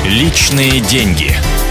Личные деньги.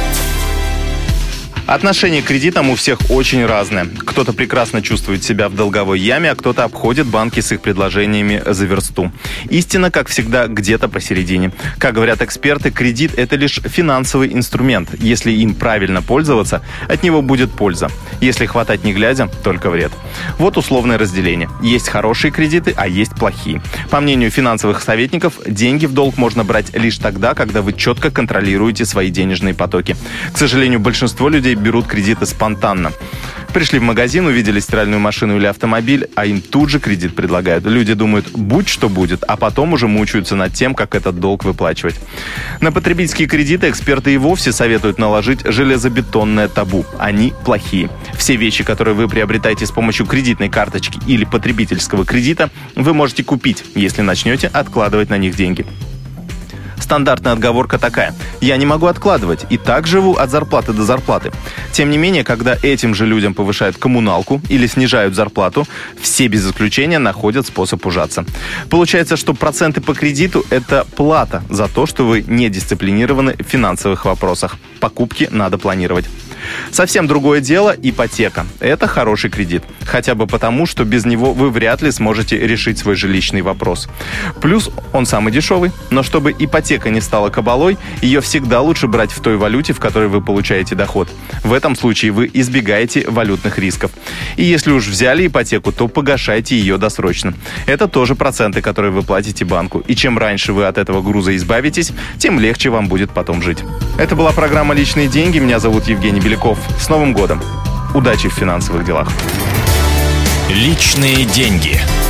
Отношение к кредитам у всех очень разное. Кто-то прекрасно чувствует себя в долговой яме, а кто-то обходит банки с их предложениями за версту. Истина, как всегда, где-то посередине. Как говорят эксперты, кредит – это лишь финансовый инструмент. Если им правильно пользоваться, от него будет польза. Если хватать не глядя, только вред. Вот условное разделение. Есть хорошие кредиты, а есть плохие. По мнению финансовых советников, деньги в долг можно брать лишь тогда, когда вы четко контролируете свои денежные потоки. К сожалению, большинство людей берут кредиты спонтанно. Пришли в магазин, увидели стиральную машину или автомобиль, а им тут же кредит предлагают. Люди думают, будь что будет, а потом уже мучаются над тем, как этот долг выплачивать. На потребительские кредиты эксперты и вовсе советуют наложить железобетонное табу. Они плохие. Все вещи, которые вы приобретаете с помощью кредитной карточки или потребительского кредита, вы можете купить, если начнете откладывать на них деньги. Стандартная отговорка такая: я не могу откладывать, и так живу от зарплаты до зарплаты. Тем не менее, когда этим же людям повышают коммуналку или снижают зарплату, все без исключения находят способ ужаться. Получается, что проценты по кредиту – это плата за то, что вы не дисциплинированы в финансовых вопросах. Покупки надо планировать. Совсем другое дело – ипотека. Это хороший кредит. Хотя бы потому, что без него вы вряд ли сможете решить свой жилищный вопрос. Плюс он самый дешевый. Но чтобы ипотека не стала кабалой, ее всегда лучше брать в той валюте, в которой вы получаете доход. В этом случае вы избегаете валютных рисков. И если уж взяли ипотеку, то погашайте ее досрочно. Это тоже проценты, которые вы платите банку. И чем раньше вы от этого груза избавитесь, тем легче вам будет потом жить. Это была программа «Личные деньги». Меня зовут Евгений Беляков. С Новым годом! Удачи в финансовых делах! Личные деньги.